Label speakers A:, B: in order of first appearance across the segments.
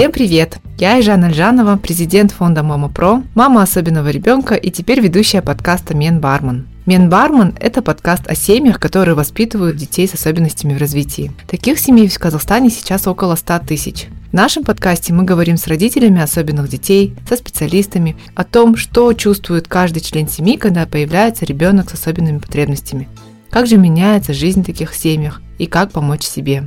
A: Всем привет! Я Айжан Альжанова, президент фонда Мама Про, мама особенного ребенка и теперь ведущая подкаста Мен Барман. Мен Барман – это подкаст о семьях, которые воспитывают детей с особенностями в развитии. Таких семей в Казахстане сейчас около 100 тысяч. В нашем подкасте мы говорим с родителями особенных детей, со специалистами о том, что чувствует каждый член семьи, когда появляется ребенок с особенными потребностями, как же меняется жизнь в таких семьях и как помочь себе.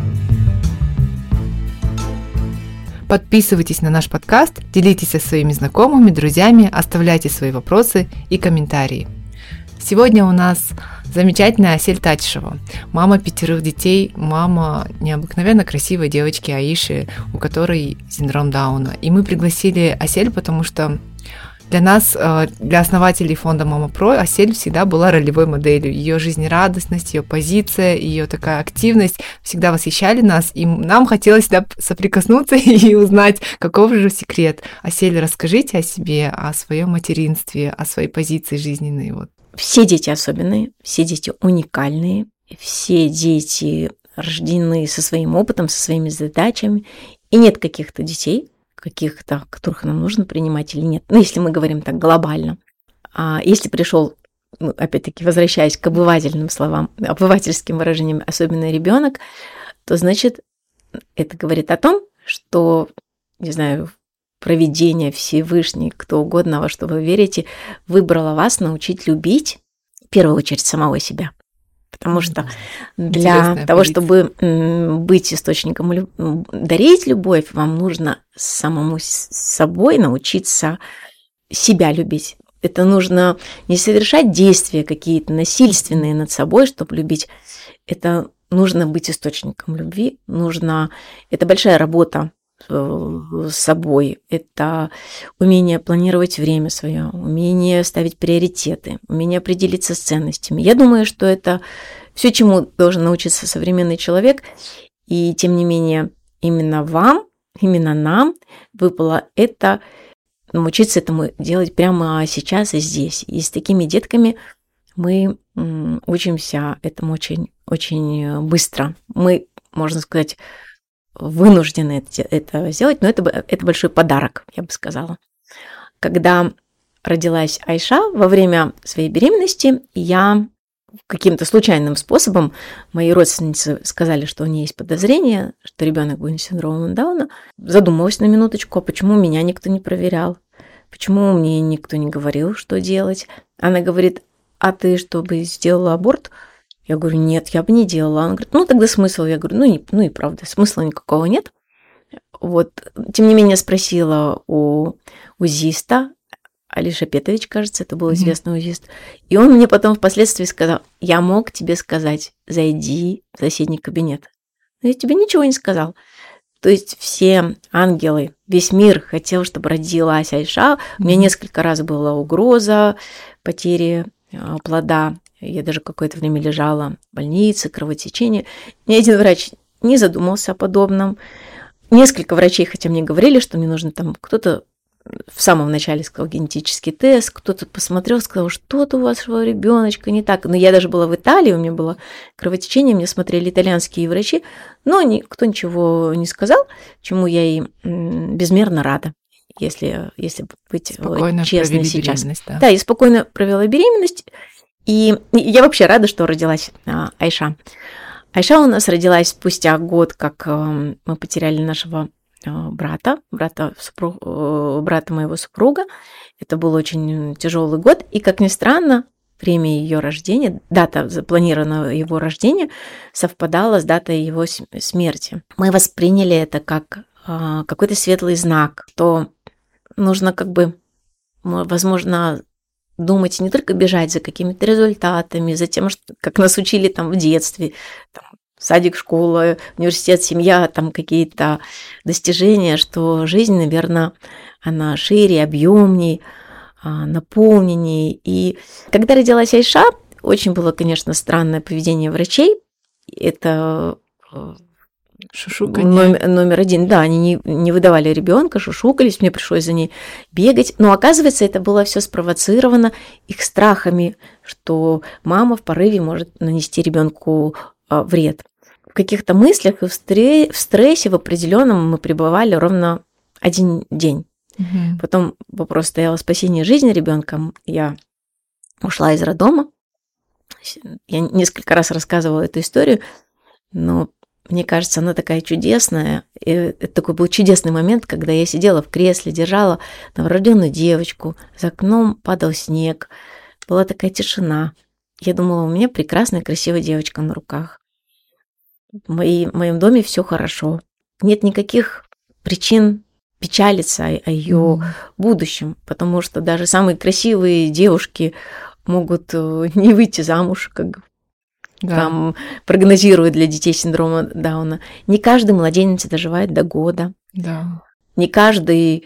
A: Подписывайтесь на наш подкаст, делитесь со своими знакомыми, друзьями, оставляйте свои вопросы и комментарии. Сегодня у нас замечательная Асель Татишева, мама 5 детей, мама необыкновенно красивой девочки Аиши, у которой синдром Дауна. И мы пригласили Асель, потому что для нас, для основателей фонда Мама Про, Асель всегда была ролевой моделью. Ее жизнерадостность, ее позиция, ее такая активность всегда восхищали нас, и нам хотелось всегда соприкоснуться и узнать, каков же секрет. Асель, расскажите о себе, о своем материнстве, о своей позиции жизненной. Вот.
B: Все дети особенные, все дети уникальные, все дети рождены со своим опытом, со своими задачами, и нет каких-то детей, которых нам нужно принимать или нет. Ну, если мы говорим так глобально. А если пришел, опять-таки, возвращаясь к обывательным словам, обывательским выражениям, особенно ребенок, то значит, это говорит о том, что, не знаю, провидение, Всевышний, кто угодно, во что вы верите, выбрало вас научить любить, в первую очередь, самого себя. Потому что для того, чтобы быть источником, дарить любовь, вам нужно самому собой научиться себя любить. Это нужно не совершать действия какие-то насильственные над собой, чтобы любить. Это нужно быть источником любви. Это большая работа с собой. Это умение планировать время свое, умение ставить приоритеты, умение определиться с ценностями. Я думаю, что это все, чему должен научиться современный человек. И тем не менее, именно нам выпало это научиться этому делать прямо сейчас и здесь. И с такими детками мы учимся этому очень, очень быстро. Мы, можно сказать, вынуждены это сделать, но это большой подарок, я бы сказала. Когда родилась Айша, во время своей беременности я каким-то случайным способом, мои родственницы сказали, что у нее есть подозрение, что ребенок будет с синдромом Дауна, задумалась на минуточку, а почему меня никто не проверял, почему мне никто не говорил, что делать. Она говорит: а ты что, бы сделала аборт? Я говорю: нет, я бы не делала. Она говорит: ну тогда смысл? Я говорю: ну и правда, смысла никакого нет. Вот. Тем не менее, спросила у узиста, Али Шапетович, кажется, это был известный узист. И он мне потом впоследствии сказал: я мог тебе сказать, зайди в соседний кабинет. Но я тебе ничего не сказал. То есть все ангелы, весь мир хотел, чтобы родилась Айша. У меня несколько раз была угроза потери плода. Я даже какое-то время лежала в больнице, кровотечение. Ни один врач не задумался о подобном. Несколько врачей, хотя мне говорили, что мне нужно там, кто-то в самом начале сказал генетический тест, кто-то посмотрел, сказал, что-то у вашего ребеночка не так. Но я даже была в Италии, у меня было кровотечение, мне смотрели итальянские врачи, но никто ничего не сказал, чему я и безмерно рада. Если быть
A: спокойно
B: честной сейчас.
A: Да,
B: я спокойно провела беременность. И я вообще рада, что родилась Айша. Айша у нас родилась спустя год, как мы потеряли нашего брата моего супруга. Это был очень тяжелый год. И, как ни странно, время ее рождения, дата запланированного его рождения совпадала с датой его смерти. Мы восприняли это как какой-то светлый знак, что нужно возможно, думать, не только бежать за какими-то результатами, за тем, что, как нас учили там в детстве, там, садик, школа, университет, семья, там какие-то достижения, что жизнь, наверное, она шире, объемней, наполненней. И когда родилась Айша, очень было, конечно, странное поведение врачей. Это номер один. Да, они не выдавали ребенка, шушукались, мне пришлось за ней бегать. Но оказывается, это было все спровоцировано их страхами, что мама в порыве может нанести ребенку вред. в каких-то мыслях и в стрессе в определенном мы пребывали ровно 1 день. Потом вопрос стоял о спасении жизни ребенка. Я ушла из роддома. Я несколько раз рассказывала эту историю, но мне кажется, она такая чудесная. И это такой был чудесный момент, когда я сидела в кресле, держала новорожденную девочку, за окном падал снег, была такая тишина. Я думала, у меня прекрасная, красивая девочка на руках. В моем доме все хорошо. Нет никаких причин печалиться о ее будущем, потому что даже самые красивые девушки могут не выйти замуж, как там прогнозируют для детей с синдромом Дауна. Не каждый младенец доживает до года.
A: Да.
B: Не каждый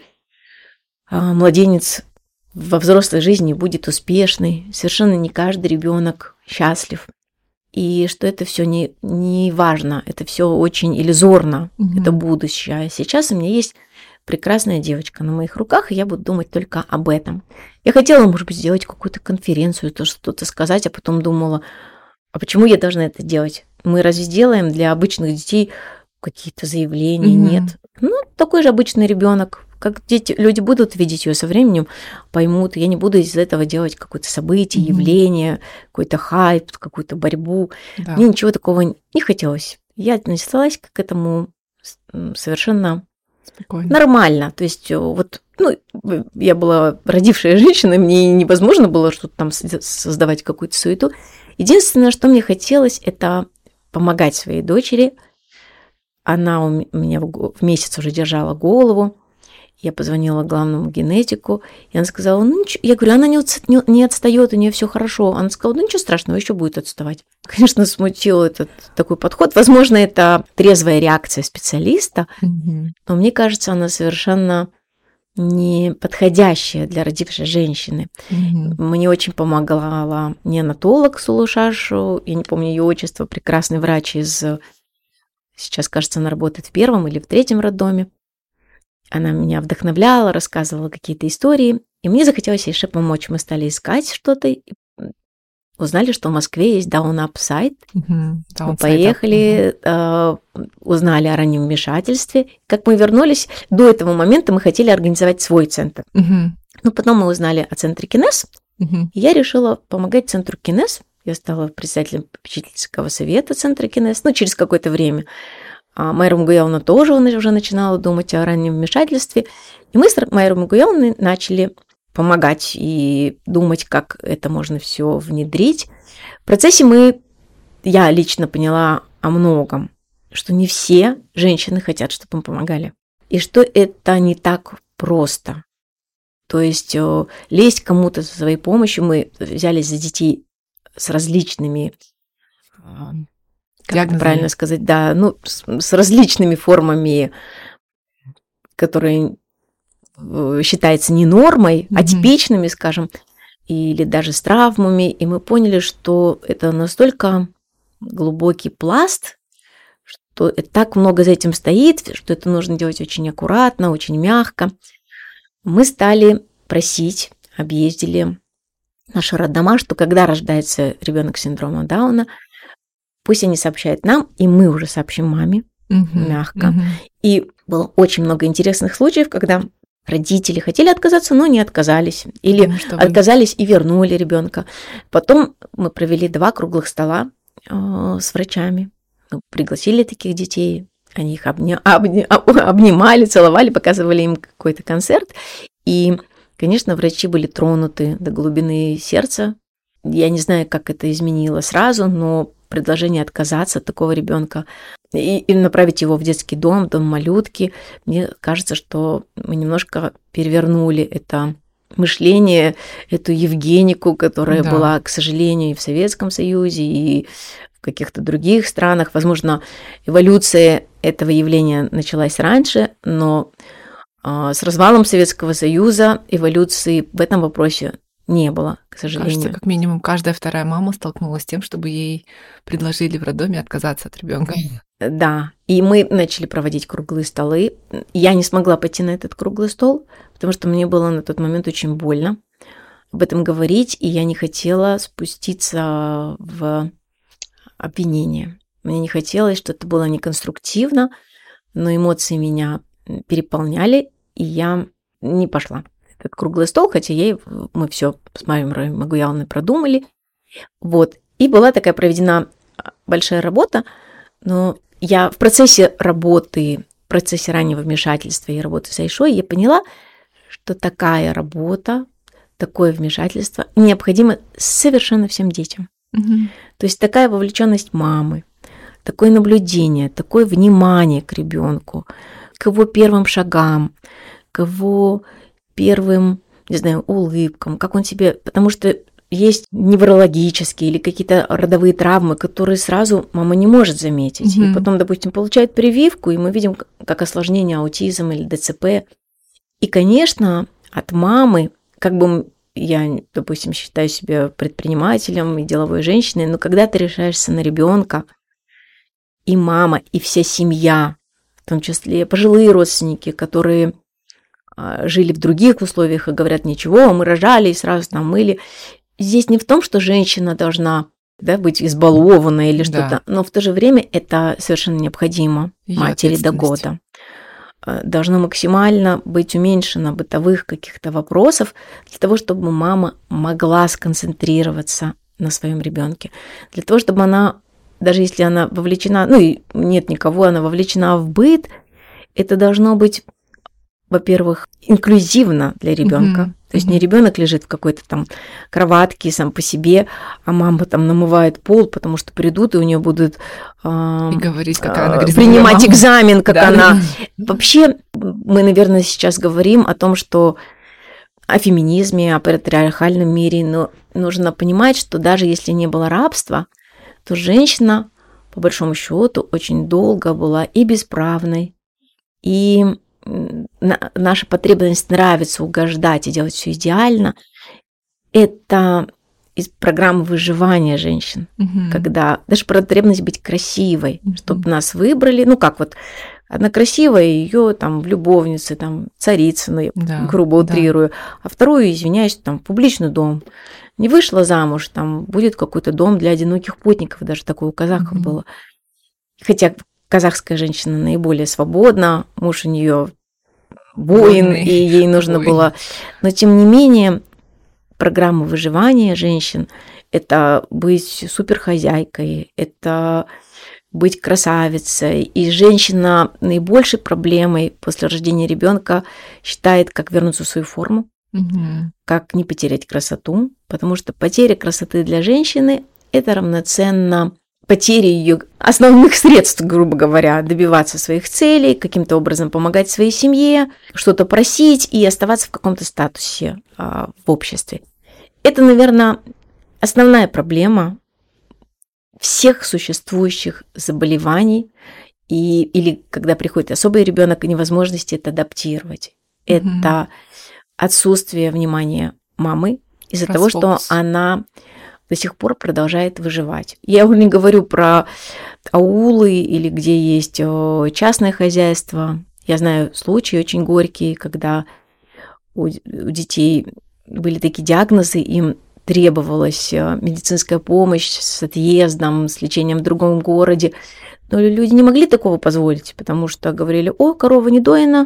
B: младенец во взрослой жизни будет успешный. Совершенно не каждый ребенок счастлив. И что это все не важно, это все очень иллюзорно, это будущее. А сейчас у меня есть прекрасная девочка на моих руках, и я буду думать только об этом. Я хотела, может быть, сделать какую-то конференцию, то что-то сказать, а потом думала, а почему я должна это делать? Мы разве делаем для обычных детей какие-то заявления? Нет. Ну, такой же обычный ребенок. Как люди будут видеть ее со временем, поймут. Я не буду из этого делать какое-то событие, явление, какой-то хайп, какую-то борьбу. Да. Мне ничего такого не хотелось. Я отнеслась к этому совершенно спокойно. Нормально. То есть вот, я была родившая женщина, мне невозможно было что-то там создавать какую-то суету. Единственное, что мне хотелось, это помогать своей дочери. Она у меня в месяц уже держала голову. Я позвонила главному генетику, и она сказала, ничего. Я говорю, она не отстает, у нее все хорошо. Она сказала, ничего страшного, еще будет отставать. Конечно, смутил этот такой подход. Возможно, это трезвая реакция специалиста, но мне кажется, она совершенно не подходящая для родившей женщины. Мне очень помогала неонатолог Сулушаш, я не помню ее отчество, прекрасный врач сейчас, кажется, она работает в 1 или в 3 роддоме. Она меня вдохновляла, рассказывала какие-то истории, и мне захотелось ей помочь. Мы стали искать что-то, и узнали, что в Москве есть Down Up сайт. Мы поехали, узнали о раннем вмешательстве. Как мы вернулись, до этого момента мы хотели организовать свой центр. Но потом мы узнали о центре Кинез, и я решила помогать центру Кинез. Я стала председателем попечительского совета центра Кинез, через какое-то время. Майра Мугуяловна тоже уже начинала думать о раннем вмешательстве. И мы с Майрой Мугуяловной начали помогать и думать, как это можно все внедрить. В процессе я лично поняла о многом, что не все женщины хотят, чтобы им помогали. И что это не так просто. То есть лезть кому-то со своей помощью. Мы взялись за детей с различными... Как правильно сказать, да, с различными формами, которые считаются не нормой, атипичными, скажем, или даже с травмами. И мы поняли, что это настолько глубокий пласт, что так много за этим стоит, что это нужно делать очень аккуратно, очень мягко. Мы стали просить, объездили наши роддома, что когда рождается ребенок с синдромом Дауна, пусть они сообщают нам, и мы уже сообщим маме мягко. И было очень много интересных случаев, когда родители хотели отказаться, но не отказались. Или отказались и вернули ребенка. Потом мы провели 2 круглых стола с врачами. Мы пригласили таких детей. Они их обнимали, целовали, показывали им какой-то концерт. И, конечно, врачи были тронуты до глубины сердца. Я не знаю, как это изменило сразу, но предложение отказаться от такого ребенка и направить его в детский дом малютки, мне кажется, что мы немножко перевернули это мышление, эту Евгенику, которая была, к сожалению, и в Советском Союзе, и в каких-то других странах. Возможно, эволюция этого явления началась раньше, но с развалом Советского Союза эволюции в этом вопросе не было, к сожалению.
A: Кажется, как минимум каждая вторая мама столкнулась с тем, чтобы ей предложили в роддоме отказаться от ребенка.
B: Да, и мы начали проводить круглые столы. Я не смогла пойти на этот круглый стол, потому что мне было на тот момент очень больно об этом говорить, и я не хотела спуститься в обвинение. мне не хотелось, что-то было неконструктивно, но эмоции меня переполняли, и я не пошла. Этот круглый стол, хотя мы все с Марьей Магуяловной продумали. Вот. И была такая проведена большая работа, но я в процессе работы, в процессе раннего вмешательства и работы с Айшой, я поняла, что такая работа, такое вмешательство необходимо совершенно всем детям. То есть такая вовлеченность мамы, такое наблюдение, такое внимание к ребенку, к его первым шагам, к его первым, не знаю, улыбкам, как он себе... Потому что есть неврологические или какие-то родовые травмы, которые сразу мама не может заметить. И потом, допустим, получает прививку, и мы видим как осложнение аутизм или ДЦП. И, конечно, от мамы, как бы я, допустим, считаю себя предпринимателем и деловой женщиной, но когда ты решаешься на ребенка, и мама, и вся семья, в том числе пожилые родственники, которые жили в других условиях и говорят, ничего, мы рожали и сразу там мыли. Здесь не в том, что женщина должна быть избалована или что-то, но в то же время это совершенно необходимо матери до года. Должно максимально быть уменьшено бытовых каких-то вопросов для того, чтобы мама могла сконцентрироваться на своем ребенке, для того, чтобы она, даже если она вовлечена, и нет никого, она вовлечена в быт, это должно быть, во-первых, инклюзивно для ребенка. То есть не ребенок лежит в какой-то там кроватке сам по себе, а мама там намывает пол, потому что придут и у нее будут
A: и говорить, какая она грязная
B: принимать
A: мама.
B: экзамен, как она. Вообще, мы, наверное, сейчас говорим о том, что о феминизме, о патриархальном мире, но нужно понимать, что даже если не было рабства, то женщина, по большому счету, очень долго была и бесправной, и наша потребность нравится угождать и делать все идеально, это из программы выживания женщин, когда даже потребность быть красивой, чтобы нас выбрали, одна красивая, ее там в любовнице, там царица, я грубо утрирую, а вторую, извиняюсь, там в публичный дом. Не вышла замуж, там будет какой-то дом для одиноких путников, даже такое у казахов было. Хотя казахская женщина наиболее свободна, муж у нее воин, и ей нужно было. Но тем не менее, программа выживания женщин – это быть суперхозяйкой, это быть красавицей. И женщина наибольшей проблемой после рождения ребенка считает, как вернуться в свою форму, как не потерять красоту, потому что потеря красоты для женщины – это равноценно потери ее основных средств, грубо говоря, добиваться своих целей, каким-то образом помогать своей семье, что-то просить и оставаться в каком-то статусе в обществе. Это, наверное, основная проблема всех существующих заболеваний или когда приходит особый ребенок и невозможности это адаптировать. Это отсутствие внимания мамы из-за того, что она до сих пор продолжает выживать. Я уже не говорю про аулы или где есть частное хозяйство. Я знаю случаи очень горькие, когда у детей были такие диагнозы, им требовалась медицинская помощь с отъездом, с лечением в другом городе. Но люди не могли такого позволить, потому что говорили, корова не доена,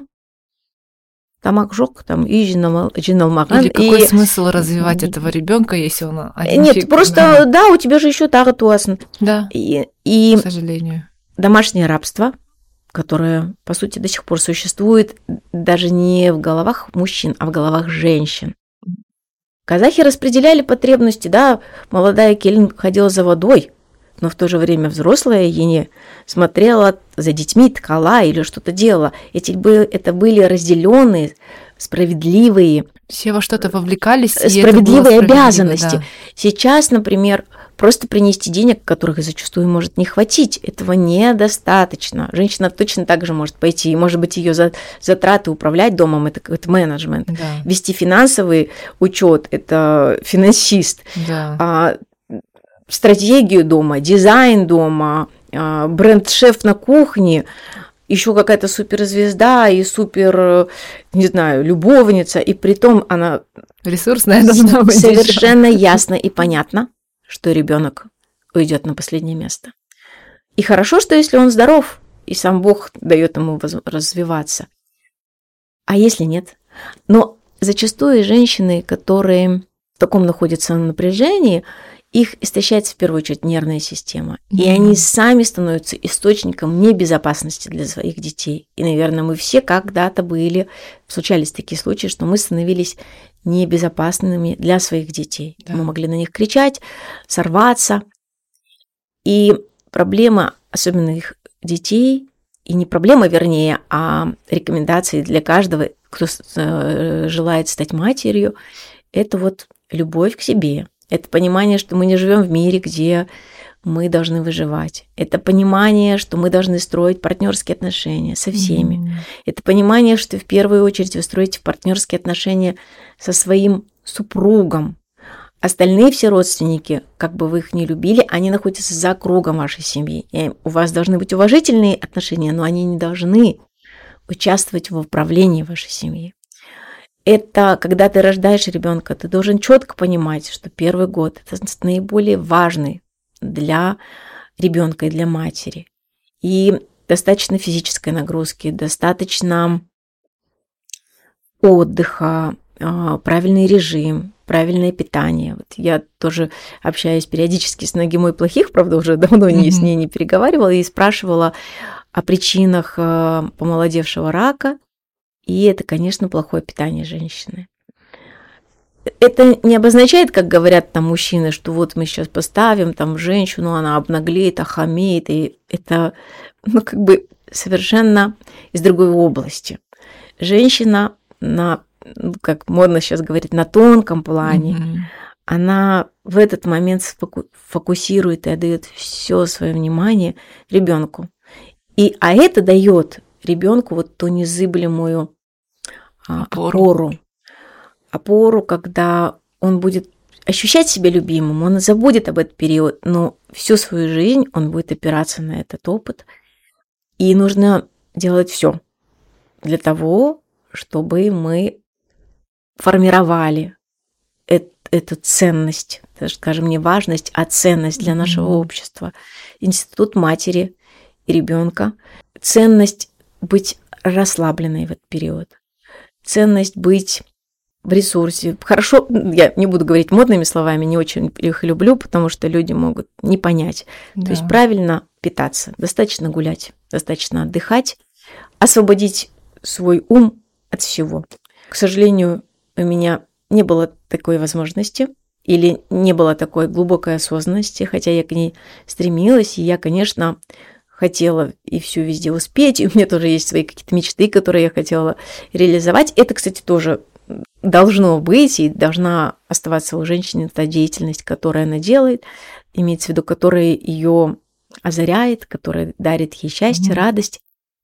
B: тамак жёг, там жиналмаган.
A: Или какой смысл развивать этого ребенка, если он один?
B: Нет, просто у тебя же еще тага туасн.
A: Да.
B: И
A: к сожалению.
B: Домашнее рабство, которое, по сути, до сих пор существует даже не в головах мужчин, а в головах женщин. Казахи распределяли потребности, молодая Келин ходила за водой, но в то же время взрослая Ене смотрела за детьми, ткала или что-то делала. Это были разделенные, справедливые.
A: Все во что-то вовлекались.
B: Справедливые обязанности. Да. Сейчас, например, просто принести денег, которых зачастую может не хватить, этого недостаточно. Женщина точно так же может пойти, и, может быть, ее затраты управлять домом – это какой-то менеджмент.
A: Да.
B: Вести финансовый учет – это финансист.
A: Да.
B: Стратегию дома, дизайн дома, бренд-шеф на кухне, еще какая-то суперзвезда и супер, не знаю, любовница, и притом она
A: ресурсная должна быть.
B: Совершенно ясно и понятно, что ребенок уйдет на последнее место. И хорошо, что если он здоров, и сам Бог дает ему развиваться. А если нет? Но зачастую женщины, которые в таком находятся напряжении, их истощает в первую очередь нервная система. И они сами становятся источником небезопасности для своих детей. И, наверное, мы все когда-то случались такие случаи, что мы становились небезопасными для своих детей. Да. Мы могли на них кричать, сорваться. И проблема, особенно их детей, и не проблема, вернее, а рекомендации для каждого, кто желает стать матерью, это вот любовь к себе. Это понимание, что мы не живем в мире, где мы должны выживать. Это понимание, что мы должны строить партнерские отношения со всеми. Это понимание, что в первую очередь вы строите партнерские отношения со своим супругом. Остальные все родственники, как бы вы их ни любили, они находятся за кругом вашей семьи. И у вас должны быть уважительные отношения, но они не должны участвовать в управлении вашей семьи. Это когда ты рождаешь ребенка, ты должен четко понимать, что первый год это наиболее важный для ребенка и для матери. И достаточно физической нагрузки, достаточно отдыха, правильный режим, правильное питание. Вот я тоже общаюсь периодически с Нагимой Плохих, правда, уже давно с ней не переговаривала, и спрашивала о причинах помолодевшего рака. И это, конечно, плохое питание женщины. Это не обозначает, как говорят там мужчины, что вот мы сейчас поставим там женщину, она обнаглеет, охамеет, и это, как бы совершенно из другой области. Женщина как модно сейчас говорить, на тонком плане, она в этот момент фокусирует и отдает все свое внимание ребенку. А это дает ребенку вот ту незыблемую опору, когда он будет ощущать себя любимым, он забудет об этот период, но всю свою жизнь он будет опираться на этот опыт. И нужно делать все для того, чтобы мы формировали эту ценность, даже, скажем, не важность, а ценность для нашего общества. Институт матери и ребенка, ценность быть расслабленной в этот период, ценность быть в ресурсе. Хорошо, я не буду говорить модными словами, не очень их люблю, потому что люди могут не понять. Да. То есть правильно питаться, достаточно гулять, достаточно отдыхать, освободить свой ум от всего. К сожалению, у меня не было такой возможности или не было такой глубокой осознанности, хотя я к ней стремилась, и я, конечно, хотела и все везде успеть, и у меня тоже есть свои какие-то мечты, которые я хотела реализовать. Это, кстати, тоже должно быть и должна оставаться у женщины та деятельность, которую она делает, имеется в виду, которая ее озаряет, которая дарит ей счастье, радость.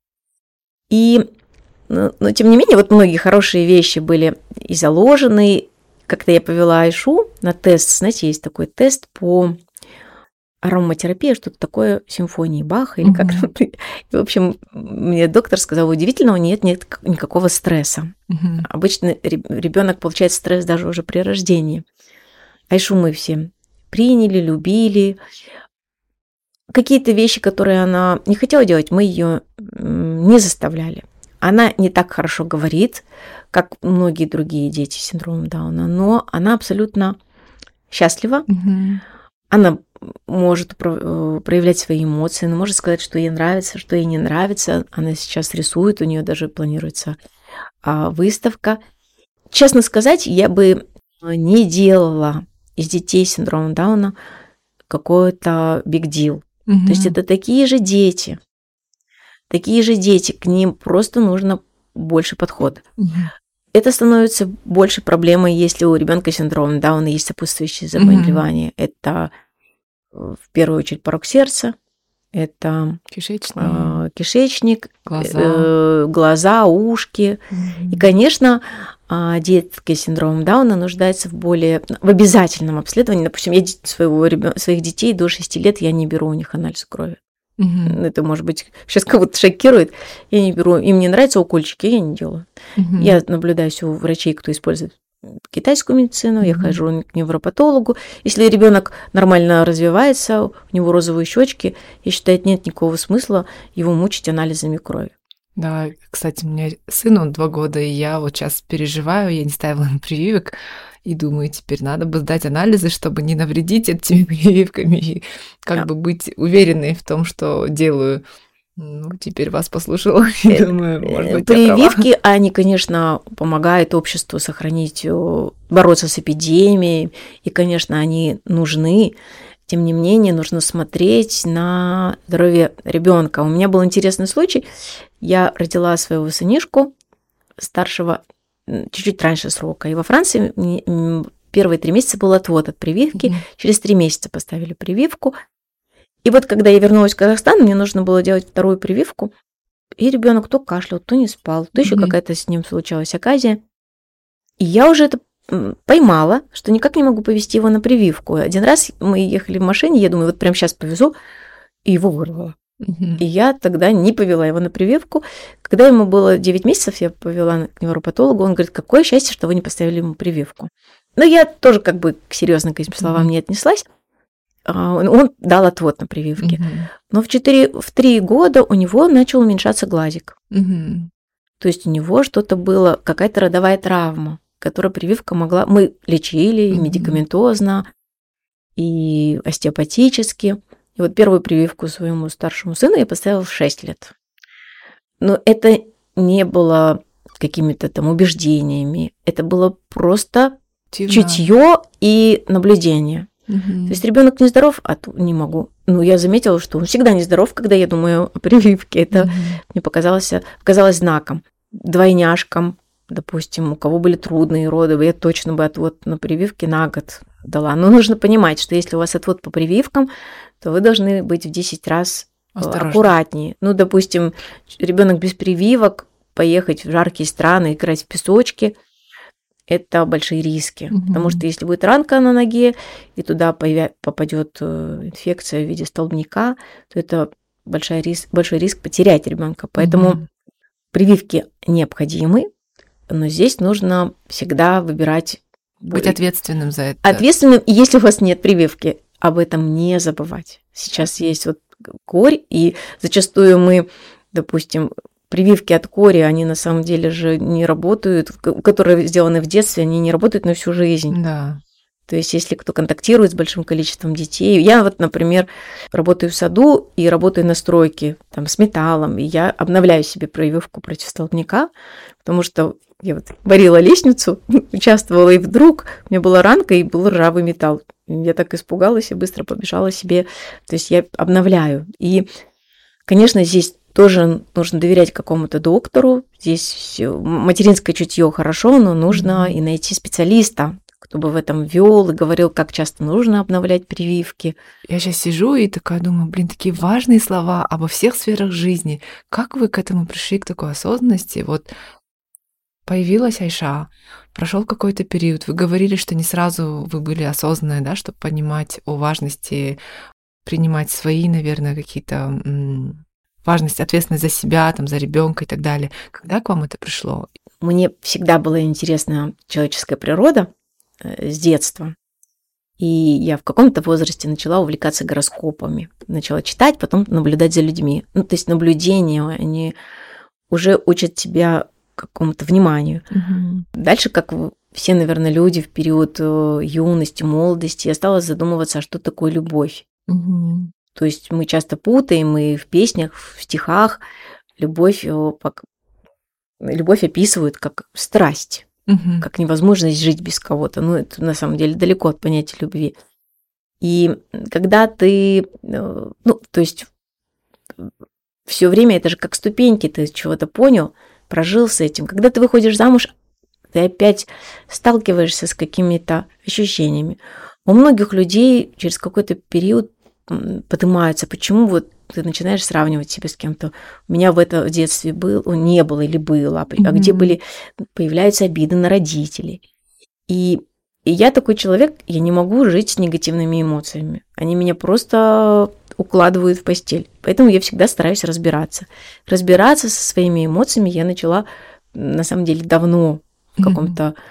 B: Но, тем не менее, вот многие хорошие вещи были и заложены. Как-то я повела Айшу на тест. Знаете, есть такой тест по ароматерапии, что-то такое симфонии Баха или как-то. В общем, мне доктор сказал, удивительно, у нее нет никакого стресса. Обычно ребенок получает стресс даже уже при рождении. Айшу мы все приняли, любили. Какие-то вещи, которые она не хотела делать, мы ее не заставляли. Она не так хорошо говорит, как многие другие дети с синдромом Дауна, но она абсолютно счастлива. Она может проявлять свои эмоции, она может сказать, что ей нравится, что ей не нравится. Она сейчас рисует, у нее даже планируется выставка. Честно сказать, я бы не делала из детей с синдромом Дауна какой-то big deal. То есть это такие же дети, к ним просто нужно больше подхода. Это становится больше проблемой, если у ребенка с синдромом Дауна есть сопутствующие заболевания. Это в первую очередь порок сердца, это кишечник, глаза, ушки. И, конечно, детки с синдромом Дауна нуждаются в обязательном обследовании. Допустим, своих детей до 6 лет я не беру у них анализ крови. Это, может быть, сейчас кого-то шокирует. Я не беру. Им не нравятся укольчики, я не делаю. Я наблюдаюсь у врачей, кто использует китайскую медицину, я хожу к невропатологу. Если ребенок нормально развивается, у него розовые щечки, я считаю, нет никакого смысла его мучить анализами крови.
A: Да, кстати, у меня сын, он 2 года, и я вот сейчас переживаю, я не ставила ему прививок, и думаю, теперь надо бы сдать анализы, чтобы не навредить этими прививками, и как бы быть уверенной в том, что делаю. Ну, теперь вас послушала, и думаю, может быть, я права.
B: Прививки, они, конечно, помогают обществу сохранить, бороться с эпидемией, и, конечно, они нужны. Тем не менее, нужно смотреть на здоровье ребенка. У меня был интересный случай. Я родила своего сынишку старшего чуть-чуть раньше срока. И во Франции первые 3 месяца был отвод от прививки. Через 3 месяца поставили прививку. И вот когда я вернулась в Казахстан, мне нужно было делать 2-ю прививку. И ребенок то кашлял, то не спал, то еще какая-то с ним случалась оказия. И я уже это поймала, что никак не могу повезти его на прививку. Один раз мы ехали в машине, я думаю, вот прямо сейчас повезу, и его вырвало. И я тогда не повела его на прививку. Когда ему было 9 месяцев, я повела к невропатологу, он говорит, какое счастье, что вы не поставили ему прививку. Но я тоже как бы серьезно к этим словам не отнеслась. Он дал отвод на прививке. Но в 3 года у него начал уменьшаться глазик. То есть у него что-то было, какая-то родовая травма, которую прививка могла... Мы лечили и медикаментозно, и остеопатически. И вот первую прививку своему старшему сыну я поставила в 6 лет. Но это не было какими-то там убеждениями. Это было просто чутье и наблюдение. То есть ребенок нездоров, не могу. Ну, я заметила, что он всегда нездоров, когда я думаю о прививке. Это мне показалось знаком. Двойняшкам, допустим, у кого были трудные роды, я точно бы отвод на прививке на год дала. Но нужно понимать, что если у вас отвод по прививкам, то вы должны быть в 10 раз аккуратнее. Ну, допустим, ребенок без прививок, поехать в жаркие страны, играть в песочке, это большие риски. Потому что если будет ранка на ноге, и туда попадет инфекция в виде столбняка, то это большой риск потерять ребенка. Поэтому прививки необходимы, но здесь нужно всегда выбирать...
A: Быть ответственным за это.
B: Ответственным, и если у вас нет прививки, об этом не забывать. Сейчас есть вот корь, и зачастую мы, допустим, прививки от кори, они на самом деле же не работают, которые сделаны в детстве, они не работают на всю жизнь.
A: Да.
B: То есть, если кто контактирует с большим количеством детей, я вот, например, работаю в саду и работаю на стройке, там, с металлом, и я обновляю себе прививку против столбняка, потому что я вот варила лестницу, участвовала, и вдруг у меня была ранка, и был ржавый металл. Я так испугалась и быстро побежала себе. То есть, я обновляю. И, конечно, здесь тоже нужно доверять какому-то доктору. Здесь материнское чутье хорошо, но нужно и найти специалиста, кто бы в этом вел и говорил, как часто нужно обновлять прививки.
A: Я сейчас сижу и такая думаю, такие важные слова обо всех сферах жизни. Как вы к этому пришли, к такой осознанности? Вот появилась Айша, прошел какой-то период, вы говорили, что не сразу вы были осознанны, да, чтобы понимать о важности, принимать свои, наверное, какие-то... важность, ответственность за себя, там, за ребенка и так далее. Когда к вам это пришло?
B: Мне всегда была интересна человеческая природа с детства. И я в каком-то возрасте начала увлекаться гороскопами. Начала читать, потом наблюдать за людьми. Ну, то есть наблюдения, они уже учат тебя какому-то вниманию. Дальше, как все, наверное, люди в период юности, молодости, я стала задумываться, а что такое любовь. То есть мы часто путаем, и в песнях, в стихах любовь описывают как страсть, как невозможность жить без кого-то. Ну, это на самом деле далеко от понятия любви. И когда ты, то есть все время это же как ступеньки, ты чего-то понял, прожил с этим. Когда ты выходишь замуж, ты опять сталкиваешься с какими-то ощущениями. У многих людей через какой-то период поднимаются, почему вот ты начинаешь сравнивать себя с кем-то. У меня в детстве не было или было, а где появляются обиды на родителей. И я такой человек, я не могу жить с негативными эмоциями. Они меня просто укладывают в постель. Поэтому я всегда стараюсь разбираться. Разбираться со своими эмоциями я начала, на самом деле, давно, в каком-то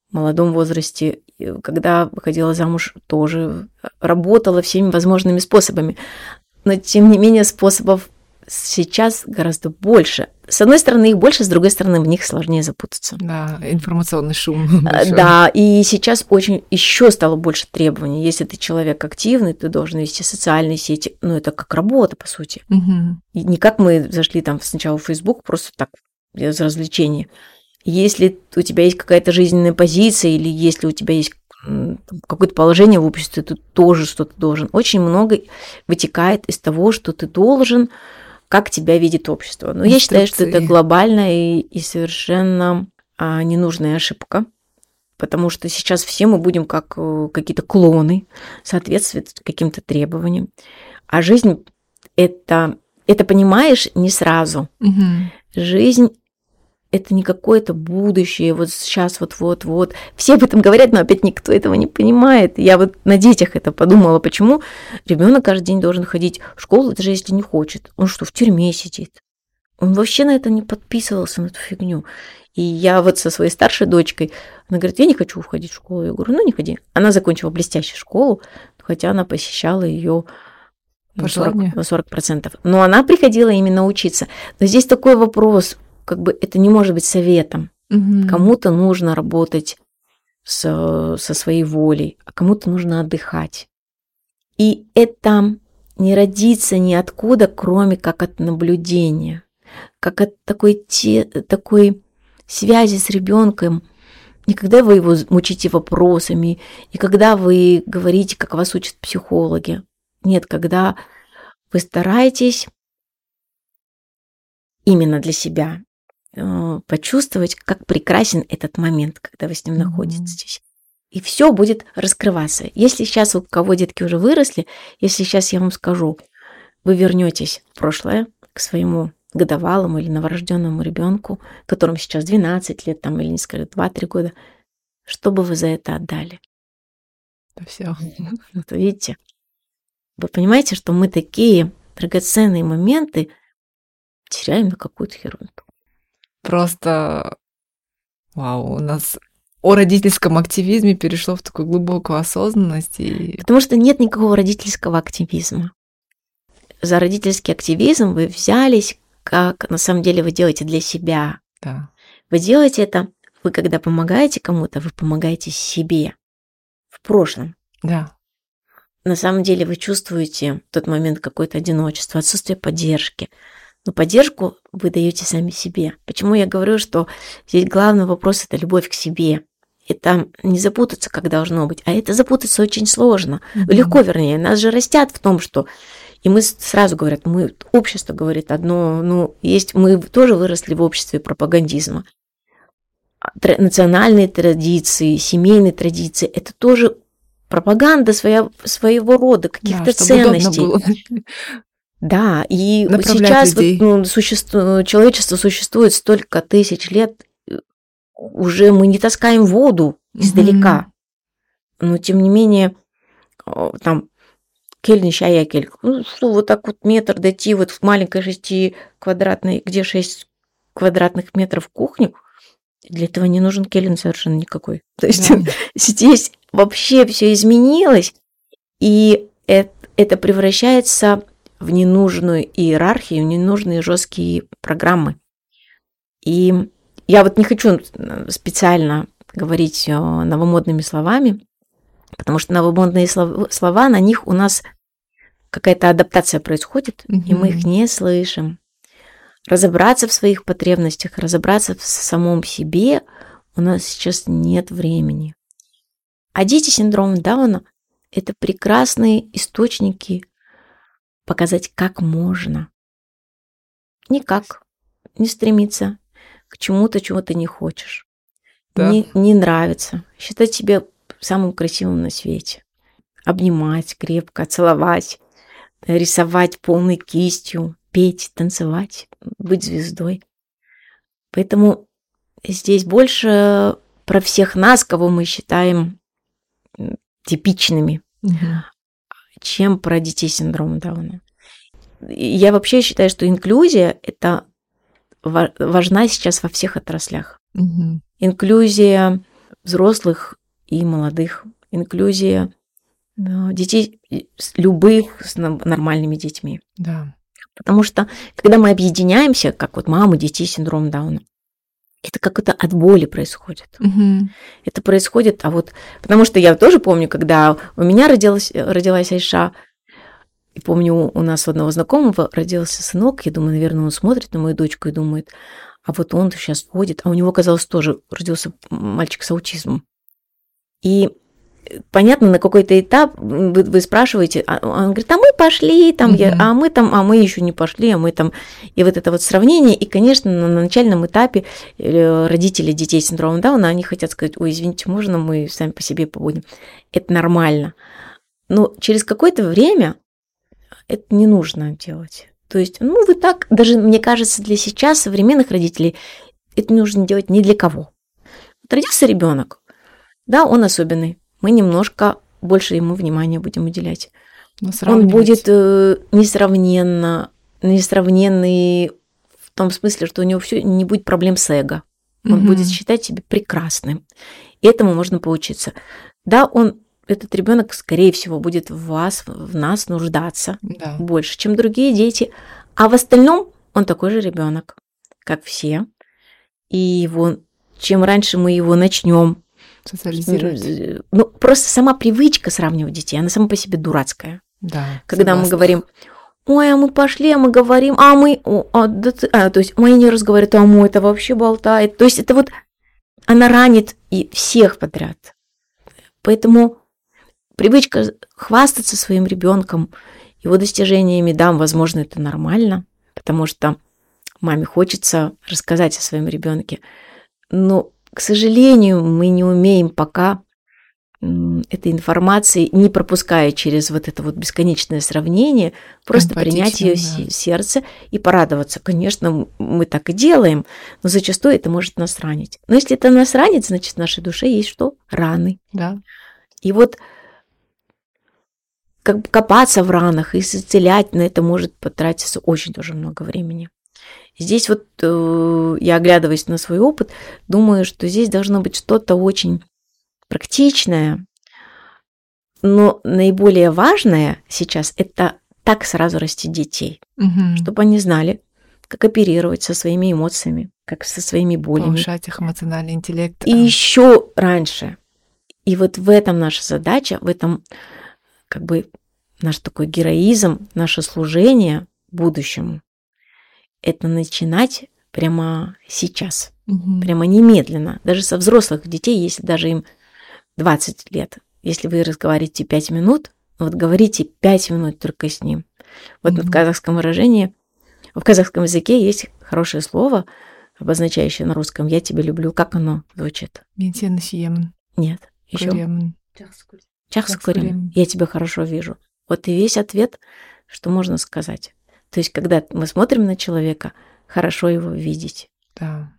B: молодом возрасте, когда выходила замуж, тоже работала всеми возможными способами. Но, тем не менее, способов сейчас гораздо больше. С одной стороны, их больше, с другой стороны, в них сложнее запутаться.
A: Да, информационный шум большой.
B: Да, и сейчас очень еще стало больше требований. Если ты человек активный, ты должен вести социальные сети. Ну, это как работа, по сути. И не как мы зашли там сначала в Facebook, просто так, без развлечения. Если у тебя есть какая-то жизненная позиция, или если у тебя есть какое-то положение в обществе, ты тоже что-то должен. Очень много вытекает из того, что ты должен, как тебя видит общество. Но я считаю, что это глобальная и совершенно ненужная ошибка, потому что сейчас все мы будем как какие-то клоны, соответствовать каким-то требованиям. А жизнь это понимаешь не сразу. Жизнь это не какое-то будущее, вот сейчас, вот. Все об этом говорят, но опять никто этого не понимает. Я вот на детях это подумала, почему ребенок каждый день должен ходить в школу, даже если не хочет. Он что, в тюрьме сидит? Он вообще на это не подписывался, на эту фигню. И я вот со своей старшей дочкой, она говорит, я не хочу ходить в школу. Я говорю, ну не ходи. Она закончила блестящую школу, хотя она посещала ее на 40%. Но она приходила именно учиться. Но здесь такой вопрос, как бы это не может быть советом. Кому-то нужно работать со своей волей, а кому-то нужно отдыхать. И это не родится ниоткуда, кроме как от наблюдения, как от такой связи с ребенком. Не когда вы его мучите вопросами, и когда вы говорите, как вас учат психологи. Нет, когда вы стараетесь именно для себя почувствовать, как прекрасен этот момент, когда вы с ним находитесь. И все будет раскрываться. Если сейчас у кого детки уже выросли, если сейчас я вам скажу, вы вернетесь в прошлое к своему годовалому или новорожденному ребенку, которому сейчас 12 лет, там, или не скажу, 2-3 года, что бы вы за это отдали?
A: Все.
B: Вот видите? Вы понимаете, что мы такие драгоценные моменты теряем на какую-то ерунду.
A: Просто вау, у нас о родительском активизме перешло в такую глубокую осознанность.
B: Потому что нет никакого родительского активизма. За родительский активизм вы взялись, как на самом деле вы делаете для себя.
A: Да.
B: Вы делаете это, вы когда помогаете кому-то, вы помогаете себе в прошлом.
A: Да.
B: На самом деле вы чувствуете в тот момент какое-то одиночество, отсутствие поддержки. Но поддержку вы даете сами себе. Почему я говорю, что здесь главный вопрос – это любовь к себе. Это не запутаться, как должно быть, а это запутаться очень сложно. Легко, вернее. Нас же растят в том, что… И мы сразу говорят, общество говорит одно, мы тоже выросли в обществе пропагандизма. Национальные традиции, семейные традиции – это тоже пропаганда своего рода, каких-то ценностей. Да, и сейчас человечество существует столько тысяч лет, уже мы не таскаем воду издалека, но тем не менее, там, кельни шаякель, что вот так вот метр дойти вот в маленькой 6 квадратной, где 6 квадратных метров кухню, для этого не нужен кельн совершенно никакой. То есть здесь вообще все изменилось, и это превращается в ненужную иерархию, в ненужные жесткие программы. И я вот не хочу специально говорить новомодными словами, потому что новомодные слова, на них у нас какая-то адаптация происходит, и мы их не слышим. Разобраться в своих потребностях, разобраться в самом себе у нас сейчас нет времени. А дети с синдромом Дауна – это прекрасные источники показать, как можно. Никак. Не стремиться к чему-то, чего ты не хочешь. Да. Не нравится. Считать себя самым красивым на свете. Обнимать крепко, целовать, рисовать полной кистью, петь, танцевать, быть звездой. Поэтому здесь больше про всех нас, кого мы считаем типичными, чем про детей с синдромом Дауна. Я вообще считаю, что инклюзия – это важна сейчас во всех отраслях. Инклюзия взрослых и молодых, инклюзия детей любых с нормальными детьми.
A: Да.
B: Потому что, когда мы объединяемся, как вот мамы детей с синдромом Дауна, это как-то от боли происходит. Это происходит, потому что я тоже помню, когда у меня родилась Айша, и помню, у нас у одного знакомого родился сынок, я думаю, наверное, он смотрит на мою дочку и думает, а вот он сейчас ходит, а у него, оказалось, тоже родился мальчик с аутизмом. И понятно, на какой-то этап вы спрашиваете, он говорит, а мы пошли, там, а мы еще не пошли, а мы там. И вот это вот сравнение, и, конечно, на начальном этапе родители детей с синдромом Дауна, они хотят сказать, ой, извините, можно мы сами по себе побудем? Это нормально. Но через какое-то время это не нужно делать. То есть, вы так, даже, мне кажется, для сейчас современных родителей это нужно делать ни для кого. Вот родился ребенок, да, он особенный. Мы немножко больше ему внимания будем уделять. Он будет несравненный в том смысле, что у него все не будет проблем с эго. Он будет считать себя прекрасным. И этому можно поучиться. Да, этот ребенок, скорее всего, будет в нас нуждаться больше, чем другие дети. А в остальном он такой же ребенок, как все. И чем раньше мы его начнем
A: социализировать.
B: Просто сама привычка сравнивать детей, она сама по себе дурацкая.
A: Да,
B: когда мы говорим, ой, а мы пошли, а мы говорим, то есть мои не разговаривают, а мой это вообще болтает. То есть это она ранит и всех подряд. Поэтому привычка хвастаться своим ребенком, его достижениями, да, возможно, это нормально, потому что маме хочется рассказать о своем ребенке. Но, к сожалению, мы не умеем пока этой информации, не пропуская через это бесконечное сравнение, просто принять ее в сердце и порадоваться. Конечно, мы так и делаем, но зачастую это может нас ранить. Но если это нас ранит, значит, в нашей душе есть что? Раны.
A: Да.
B: И копаться в ранах и исцелять, на это может потратиться очень тоже много времени. Здесь я, оглядываясь на свой опыт, думаю, что здесь должно быть что-то очень практичное, но наиболее важное сейчас – это так сразу растить детей, чтобы они знали, как оперировать со своими эмоциями, как со своими болями.
A: Повышать их эмоциональный интеллект.
B: И еще раньше. И в этом наша задача, в этом наш такой героизм, наше служение будущему. Это начинать прямо сейчас, прямо немедленно. Даже со взрослых детей, если даже им 20 лет. Если вы разговариваете 5 минут, говорите 5 минут только с ним. В казахском выражении, в казахском языке есть хорошее слово, обозначающее на русском «я тебя люблю». Как оно звучит?
A: Мен сені сүйемін.
B: Нет. Еще. Жақсы көрем. Я тебя хорошо вижу. И весь ответ, что можно сказать. То есть, когда мы смотрим на человека, хорошо его видеть.
A: Да.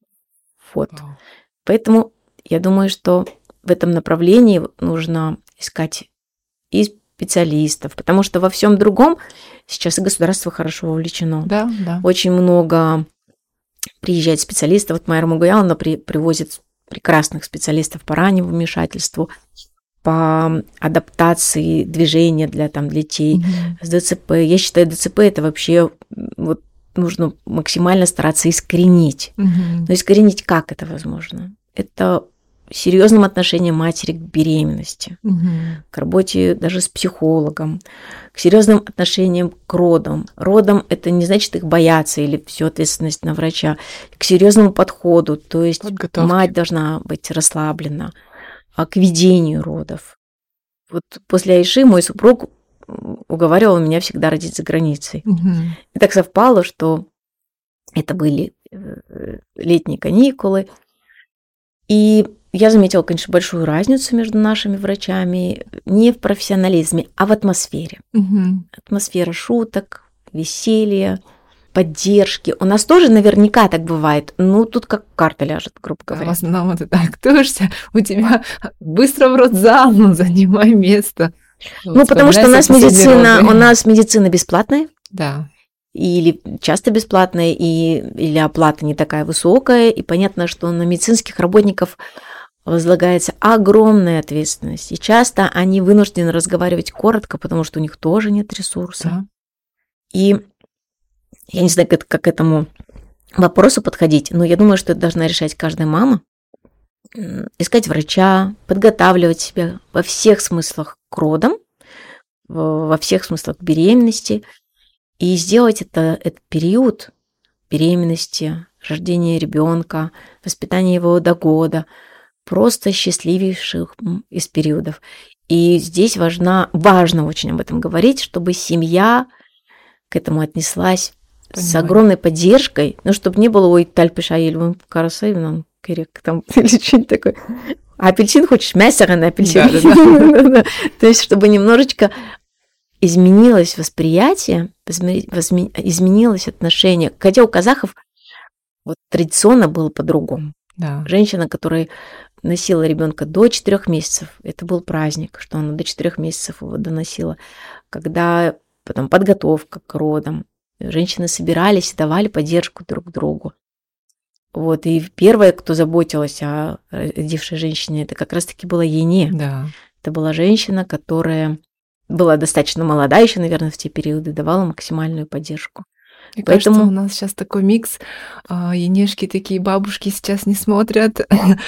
B: Поэтому я думаю, что в этом направлении нужно искать и специалистов, потому что во всем другом сейчас и государство хорошо вовлечено.
A: Да.
B: Очень много приезжает специалистов. Майя Рамагуяловна привозит прекрасных специалистов по раннему вмешательству, по адаптации движения для детей с ДЦП. Я считаю, ДЦП это вообще нужно максимально стараться искоренить. Но искоренить как это возможно? Это серьезным отношением матери к беременности, к работе даже с психологом, к серьезным отношениям к родам. Родам это не значит их бояться или всю ответственность на врача, к серьезному подходу, то есть мать должна быть расслаблена, к ведению родов. После Айши мой супруг уговаривал меня всегда родить за границей. И так совпало, что это были летние каникулы, и я заметила, конечно, большую разницу между нашими врачами не в профессионализме, а в атмосфере. Атмосфера шуток, веселья, поддержки. У нас тоже наверняка так бывает. Тут как карта ляжет, грубо говоря.
A: В основном это так. Тушься, у тебя быстро в родзал, занимай место.
B: Потому что у нас медицина бесплатная.
A: Да.
B: Или часто бесплатная, или оплата не такая высокая. И понятно, что на медицинских работников возлагается огромная ответственность. И часто они вынуждены разговаривать коротко, потому что у них тоже нет ресурса.
A: Да.
B: И я не знаю, как к этому вопросу подходить, но я думаю, что это должна решать каждая мама. Искать врача, подготавливать себя во всех смыслах к родам, во всех смыслах к беременности. И сделать этот период беременности, рождения ребенка, воспитания его до года просто счастливейших из периодов. И здесь важно очень об этом говорить, чтобы семья к этому отнеслась с огромной поддержкой, ну, чтобы не было «Ой, тальпиша ельвым карасаевна, керек», там, или что-нибудь такое. А апельсин хочешь? Мясо на апельсин. То есть, чтобы немножечко изменилось восприятие, изменилось отношение. Хотя у казахов вот традиционно было по-другому.
A: Да.
B: Женщина, которая носила ребенка до 4 месяцев, это был праздник, что она до 4 месяцев его доносила. Когда потом подготовка к родам, женщины собирались и давали поддержку друг другу. Вот, и первая, кто заботилась о родившей женщине, это как раз-таки была Ене.
A: Да.
B: Это была женщина, которая была достаточно молода еще, наверное, в те периоды, давала максимальную поддержку.
A: Мне кажется, у нас сейчас такой микс. Енешки такие бабушки сейчас не смотрят.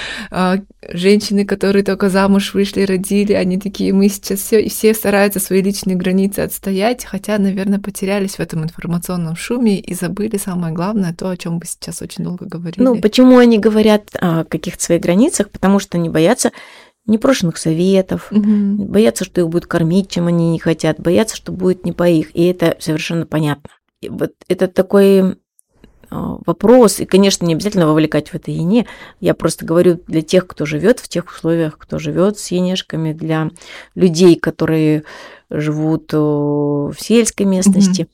A: Женщины, которые только замуж вышли, родили, они такие, мы сейчас все стараются свои личные границы отстоять, хотя, наверное, потерялись в этом информационном шуме и забыли самое главное, то, о чем мы сейчас очень долго говорили.
B: Ну, почему они говорят о каких-то своих границах? Потому что они боятся непрошенных советов, боятся, что их будут кормить, чем они не хотят, боятся, что будет не по их, и это совершенно понятно. И вот это такой вопрос, и, конечно, не обязательно вовлекать в это Ене, я просто говорю для тех, кто живет в тех условиях, кто живет с енешками, для людей, которые живут в сельской местности.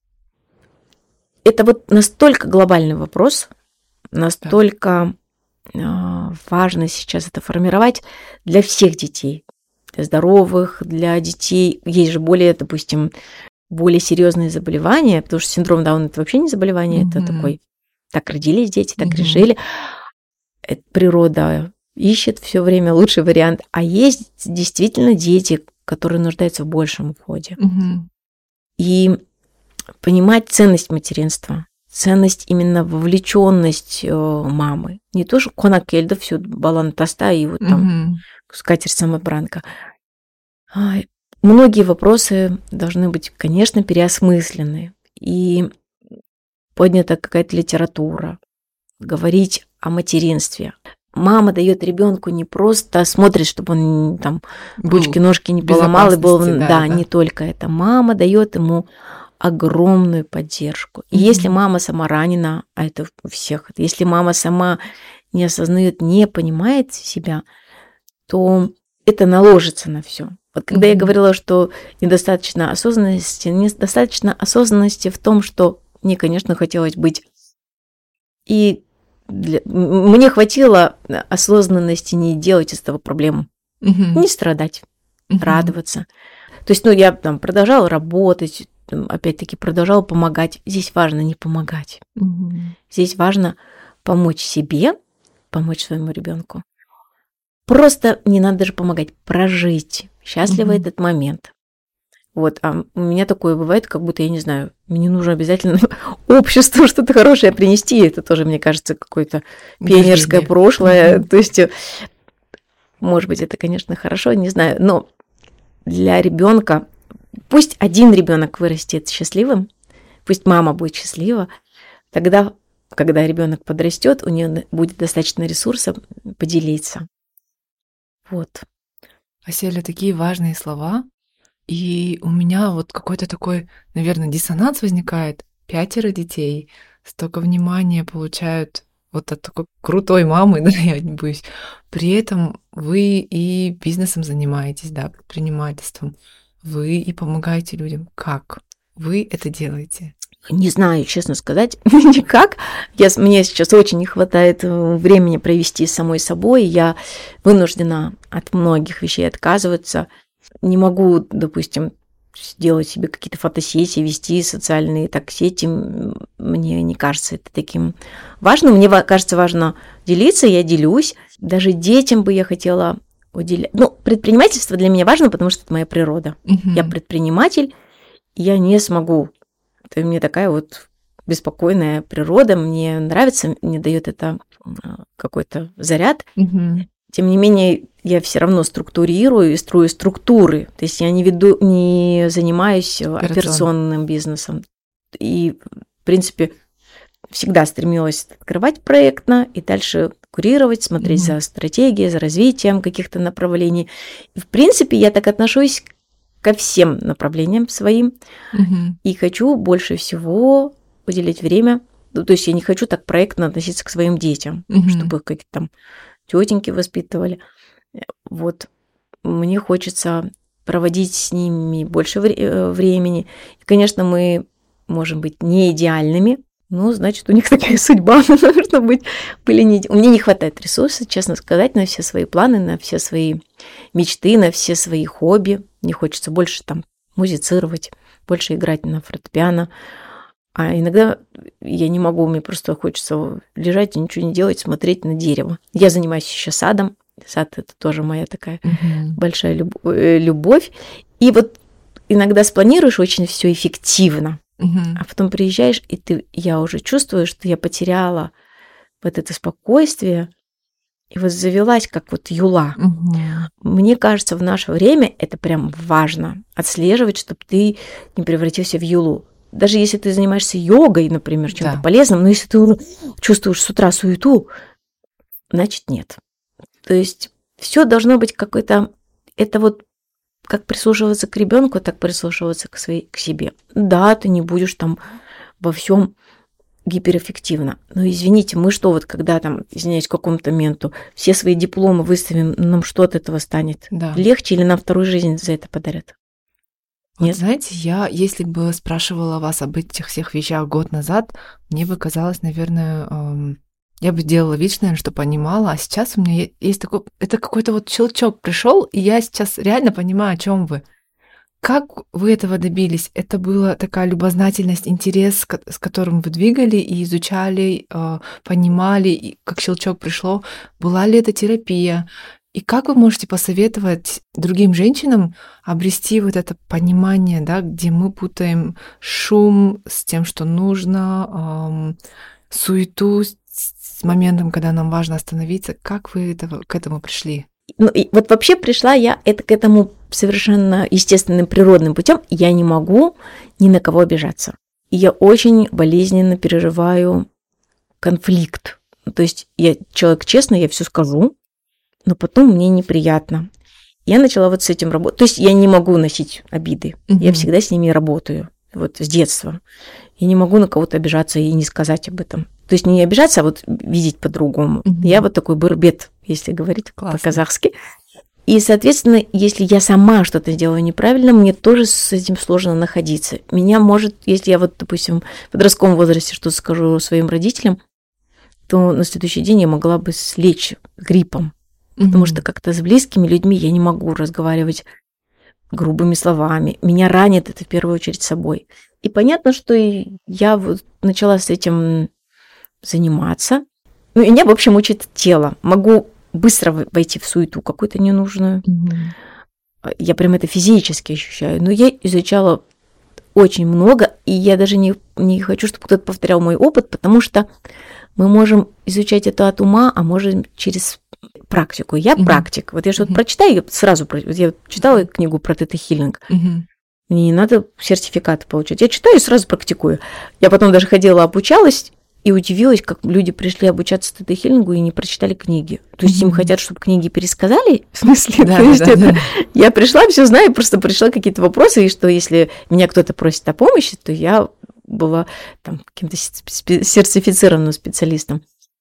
B: Это вот настолько глобальный вопрос, настолько важно сейчас это формировать для всех детей, для здоровых, для детей. Есть же допустим, более серьезные заболевания, потому что синдром Дауна это вообще не заболевание, это такой, так родились дети, так решили. Природа ищет все время лучший вариант. А есть действительно дети, которые нуждаются в большем уходе. И понимать ценность материнства, ценность именно вовлеченность мамы. Не то, что конакельда всю балан тоста и вот там скатерть-самобранка. Многие вопросы должны быть, конечно, переосмыслены. И поднята какая-то литература. Говорить о материнстве. Мама дает ребенку не просто смотрит, чтобы он там ручки-ножки не поломал и был. Да, не только это. Мама дает ему огромную поддержку. И если мама сама ранена, а это у всех, если мама сама не осознает, не понимает себя, то это наложится на все. Вот когда я говорила, что недостаточно осознанности в том, что мне, конечно, хотелось быть. И мне хватило осознанности не делать из этого проблему, не страдать, радоваться. То есть, я там продолжала работать, опять-таки продолжала помогать. Здесь важно не помогать. Здесь важно помочь себе, помочь своему ребенку. Просто не надо даже помогать, прожить счастливо этот момент. Вот, а у меня такое бывает, как будто, я не знаю, мне нужно обязательно обществу что-то хорошее принести. Это тоже, мне кажется, какое-то пионерское прошлое. То есть, может быть, это, конечно, хорошо, не знаю, но для ребенка пусть один ребенок вырастет счастливым, пусть мама будет счастлива, тогда, когда ребенок подрастет, у нее будет достаточно ресурсов поделиться. Вот.
A: Аселя, такие важные слова. И у меня вот какой-то такой, наверное, диссонанс возникает. 5 детей, столько внимания получают вот от такой крутой мамы, да, я не боюсь. При этом вы и бизнесом занимаетесь, да, предпринимательством. Вы и помогаете людям. Как вы это делаете?
B: Не знаю, честно сказать, никак. Мне сейчас очень не хватает времени провести с самой собой. Я вынуждена от многих вещей отказываться. Не могу, допустим, делать себе какие-то фотосессии, вести социальные сети, мне не кажется это таким важным. Мне кажется важно делиться, я делюсь. Даже детям бы я хотела уделять. Предпринимательство для меня важно, потому что это моя природа. Я предприниматель, я не смогу. Это у меня такая вот беспокойная природа, мне нравится, мне дает это какой-то заряд. Тем не менее, я все равно структурирую и строю структуры. То есть я не занимаюсь операционным бизнесом. И, в принципе, всегда стремилась открывать проектно и дальше курировать, смотреть за стратегией, за развитием каких-то направлений. И, в принципе, я так отношусь ко всем направлениям своим. И хочу больше всего уделять время. То есть я не хочу так проектно относиться к своим детям, чтобы какие-то там тетеньки воспитывали. Вот. Мне хочется проводить с ними больше времени. И, конечно, мы можем быть не идеальными, но, значит, у них такая судьба, нужно быть. У меня не хватает ресурсов, честно сказать, на все свои планы, на все свои мечты, на все свои хобби. Мне хочется больше там музицировать, больше играть на фортепиано. А иногда я не могу, мне просто хочется лежать и ничего не делать, смотреть на дерево. Я занимаюсь еще садом. Сад – это тоже моя такая большая любовь. И вот иногда спланируешь очень все эффективно, а потом приезжаешь, и я уже чувствую, что я потеряла вот это спокойствие, и вот завелась как вот юла. Мне кажется, в наше время это прям важно – отслеживать, чтобы ты не превратился в юлу. Даже если ты занимаешься йогой, например, чем-то полезным, но если ты чувствуешь с утра суету, значит, нет. То есть все должно быть какое-то... Это вот как прислушиваться к ребенку, так прислушиваться к себе. Да, ты не будешь там во всем гиперэффективно. Но извините, мы что, вот когда там, извиняюсь, в каком-то моменту все свои дипломы выставим, нам что от этого станет? Легче или нам вторую жизнь за это подарят?
A: Вот знаете, если бы спрашивала вас об этих всех вещах год назад, мне бы казалось, наверное, я бы делала вид, наверное, что понимала, а сейчас у меня есть такой, это какой-то вот щелчок пришел, и я сейчас реально понимаю, о чем вы. Как вы этого добились? Это была такая любознательность, интерес, с которым вы двигали и изучали, понимали, и как щелчок пришло. Была ли это терапия? И как вы можете посоветовать другим женщинам обрести вот это понимание, да, где мы путаем шум с тем, что нужно, суету с моментом, когда нам важно остановиться? Как вы к этому пришли?
B: И вот вообще пришла я к этому совершенно естественным природным путем. Я не могу ни на кого обижаться. И я очень болезненно переживаю конфликт. То есть я человек честный, я все скажу, но потом мне неприятно. Я начала вот с этим работать. То есть я не могу носить обиды. Я всегда с ними работаю. Вот с детства. Я не могу на кого-то обижаться и не сказать об этом. То есть не обижаться, а вот видеть по-другому. Я вот такой бурбет, если говорить по-казахски. И, соответственно, если я сама что-то делаю неправильно, мне тоже с этим сложно находиться. Меня может, если я вот, допустим, в подростковом возрасте что-то скажу своим родителям, то на следующий день я могла бы слечь гриппом. Потому что как-то с близкими людьми я не могу разговаривать грубыми словами. Меня ранит это в первую очередь собой. И понятно, что я вот начала с этим заниматься. Ну, и меня, в общем, учит тело. Могу быстро войти в суету какую-то ненужную. Я прям это физически ощущаю. Но я изучала очень много, и я даже не хочу, чтобы кто-то повторял мой опыт, потому что мы можем изучать это от ума, а можем через практику. Я практик. Вот я что-то прочитаю, я сразу... Я читала книгу про тета-хилинг. Мне не надо сертификаты получать. Я читаю и сразу практикую. Я потом даже ходила, обучалась, и удивилась, как люди пришли обучаться тета-хилингу и не прочитали книги. То есть им хотят, чтобы книги пересказали? В смысле? Да. Я пришла, все знаю, просто пришла какие-то вопросы, и что если меня кто-то просит о помощи, то я была там каким-то сертифицированным специалистом.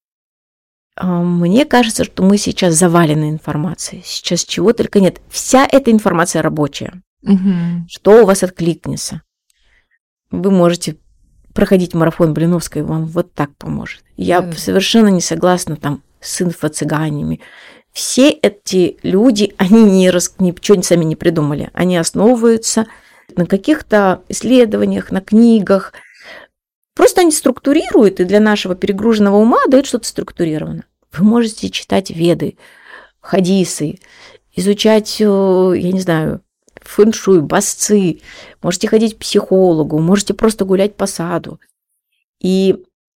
B: Мне кажется, что мы сейчас завалены информацией. Сейчас чего только нет. Вся эта информация рабочая. Что у вас откликнется? Вы можете проходить марафон Блиновской, вам вот так поможет. Я совершенно не согласна там с инфо-цыганями. Все эти люди, они ничего сами не придумали. Они основываются на каких-то исследованиях, на книгах. Просто они структурируют, и для нашего перегруженного ума дают что-то структурированное. Вы можете читать Веды, хадисы, изучать, я не знаю, фэн-шуй, басцы, можете ходить к психологу, можете просто гулять по саду. И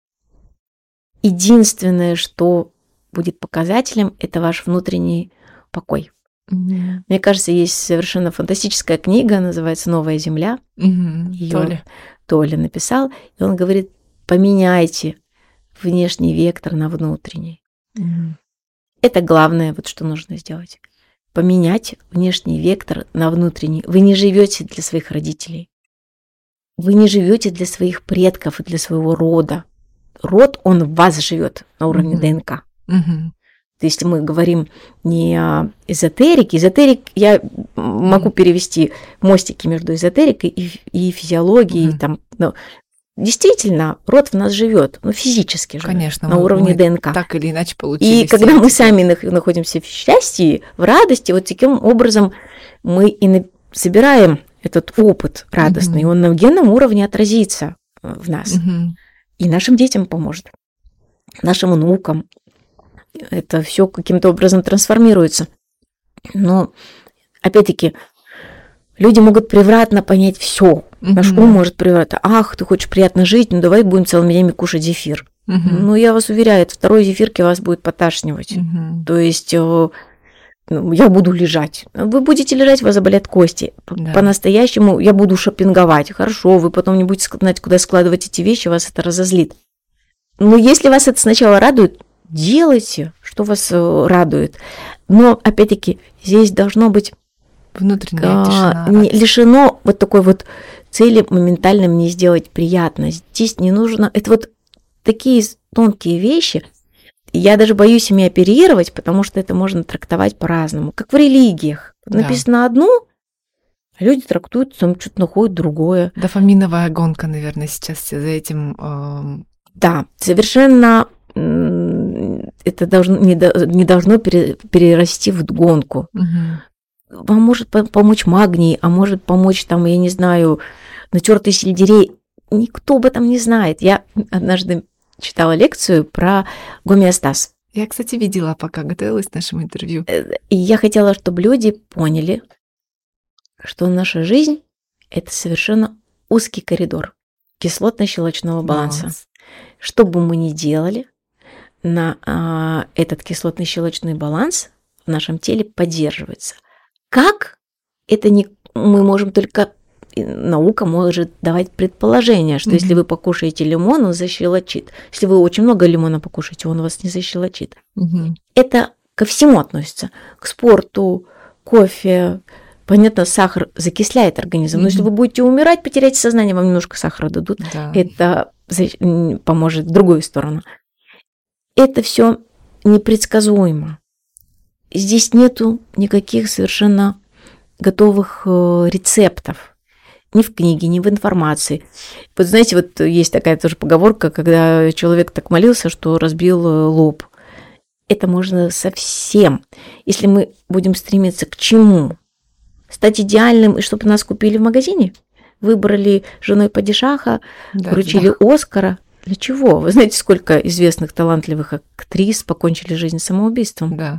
B: единственное, что будет показателем, это ваш внутренний покой. Мне кажется, есть совершенно фантастическая книга, называется «Новая земля». Её Толя написал, и он говорит: поменяйте внешний вектор на внутренний. Это главное, вот что нужно сделать. Поменять внешний вектор на внутренний. Вы не живете для своих родителей. Вы не живете для своих предков и для своего рода. Род, он в вас живет на уровне ДНК. Если мы говорим не о эзотерике, я могу перевести мостики между эзотерикой и физиологией. Там, действительно, род в нас живет, физически живет, конечно, на уровне ДНК.
A: Так или иначе получились.
B: И когда мы сами находимся в счастье, в радости, вот таким образом мы и собираем этот опыт радостный, и он на генном уровне отразится в нас. И нашим детям поможет, нашим внукам. Это все каким-то образом трансформируется. Но, опять-таки, люди могут превратно понять все. Наш ум может превратно. Ах, ты хочешь приятно жить, ну давай будем целыми днями кушать зефир. Ну, я вас уверяю, от второй зефирки вас будет поташнивать. То есть я буду лежать. Вы будете лежать, у вас заболят кости. Да. По-настоящему я буду шопинговать. Хорошо, вы потом не будете знать, куда складывать эти вещи, вас это разозлит. Но если вас это сначала радует, делайте, что вас радует. Но, опять-таки, здесь должно быть
A: внутренняя тишина.
B: Лишено вот такой вот цели моментально мне сделать приятно. Здесь не нужно... Это вот такие тонкие вещи. Я даже боюсь ими оперировать, потому что это можно трактовать по-разному. Как в религиях. Да. Написано одно, а люди трактуют, там что-то находят другое.
A: Дофаминовая гонка, наверное, сейчас все за этим...
B: Да, совершенно... Это не должно перерасти в гонку. Вам может помочь магний, а может помочь, там, я не знаю, натертый сельдерей. Никто об этом не знает. Я однажды читала лекцию про гомеостаз.
A: Я, кстати, видела, пока готовилась к нашему интервью.
B: И я хотела, чтобы люди поняли, что наша жизнь – это совершенно узкий коридор кислотно-щелочного баланса. Что бы мы ни делали, на этот кислотно-щелочной баланс в нашем теле поддерживается. Как? Это не мы можем только... Наука может давать предположение, что если вы покушаете лимон, он защелочит. Если вы очень много лимона покушаете, он вас не защелочит. Это ко всему относится. К спорту, кофе. Понятно, сахар закисляет организм. Но если вы будете умирать, потеряете сознание, вам немножко сахара дадут. Да. Это поможет в другую сторону. Это все непредсказуемо. Здесь нету никаких совершенно готовых рецептов. Ни в книге, ни в информации. Вот знаете, вот есть такая тоже поговорка, когда человек так молился, что разбил лоб. Это можно совсем. Если мы будем стремиться к чему? Стать идеальным, и чтобы нас купили в магазине? Выбрали женой падишаха, вручили Оскара. Для чего? Вы знаете, сколько известных талантливых актрис покончили жизнь самоубийством?
A: Да.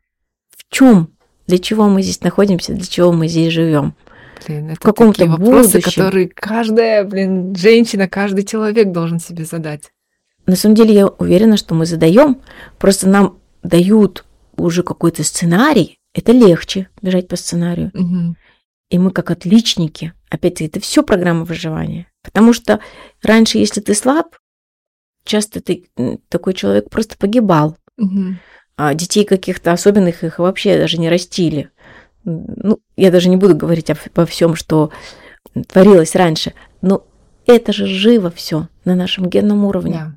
B: В чем? Для чего мы здесь находимся? Для чего мы здесь живем?
A: Это в каком-то такие вопросы, которые каждая, женщина, каждый человек должен себе задать.
B: На самом деле я уверена, что мы задаем, просто нам дают уже какой-то сценарий, это легче бежать по сценарию. И мы как отличники, опять-таки, это все программа выживания. Потому что раньше, если ты слаб, часто такой человек просто погибал. А детей каких-то особенных их вообще даже не растили. Ну, я даже не буду говорить обо всем, что творилось раньше, но это же живо все на нашем генном уровне. Да.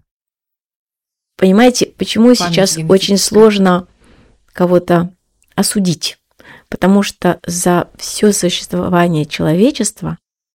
B: Понимаете, почему сейчас очень сложно кого-то осудить? Потому что за все существование человечества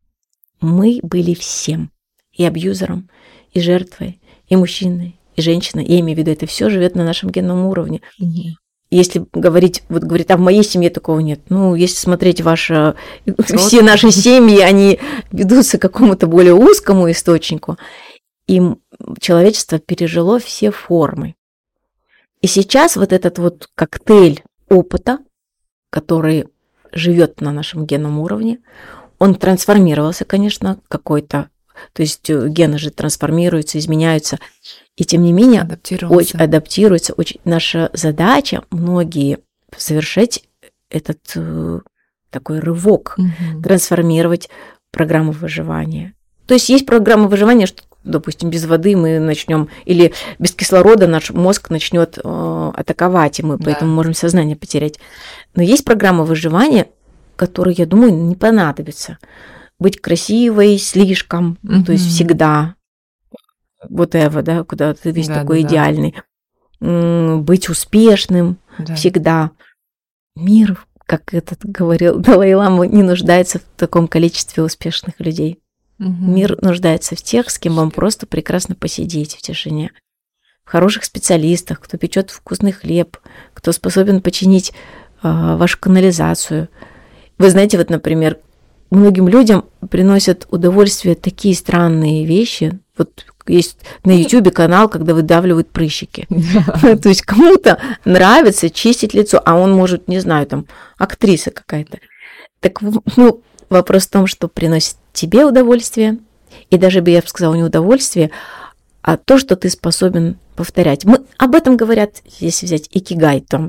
B: мы были всем. И абьюзером, и жертвой, и мужчиной, и женщиной. Я имею в виду, это все живет на нашем генном уровне. Если говорить, вот говорит, а в моей семье такого нет. Ну, если смотреть все наши семьи, они ведутся к какому-то более узкому источнику. И человечество пережило все формы. И сейчас вот этот вот коктейль опыта, который живет на нашем генном уровне, он трансформировался, конечно, какой-то. То есть гены же трансформируются, изменяются. И тем не менее адаптируются. Наша задача многие совершать этот такой рывок, трансформировать программу выживания. То есть программа выживания, что, допустим, без воды мы начнем, или без кислорода наш мозг начнет атаковать, и мы поэтому можем сознание потерять. Но есть программа выживания, которая, я думаю, не понадобится. Быть красивой слишком, то есть всегда. Вот Эва, да, куда ты весь такой идеальный. Быть успешным всегда. Мир, как этот говорил Далай-лама, не нуждается в таком количестве успешных людей. Мир нуждается в тех, с кем вам просто прекрасно посидеть в тишине. В хороших специалистах, кто печет вкусный хлеб, кто способен починить вашу канализацию. Вы знаете, вот, например, многим людям приносят удовольствие такие странные вещи. Вот есть на YouTube канал, когда выдавливают прыщики. То есть кому-то нравится чистить лицо, а он может, не знаю, там, актриса какая-то. Так, вопрос в том, что приносит тебе удовольствие, и даже бы я бы сказала, не удовольствие, а то, что ты способен повторять. Об этом говорят, если взять икигай, там,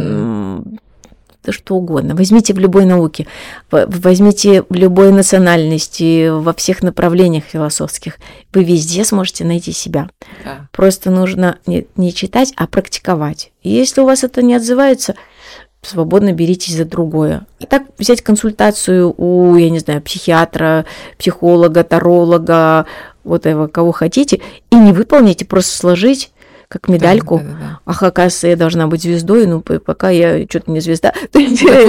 B: да что угодно. Возьмите в любой науке, возьмите в любой национальности, во всех направлениях философских. Вы везде сможете найти себя. Да. Просто нужно не читать, а практиковать. И если у вас это не отзывается, свободно беритесь за другое. И так взять консультацию у, я не знаю, психиатра, психолога, таролога, вот этого, кого хотите, и не выполните, просто сложить как медальку. Да. Ах, оказывается, я должна быть звездой, ну, пока я что-то не звезда. Это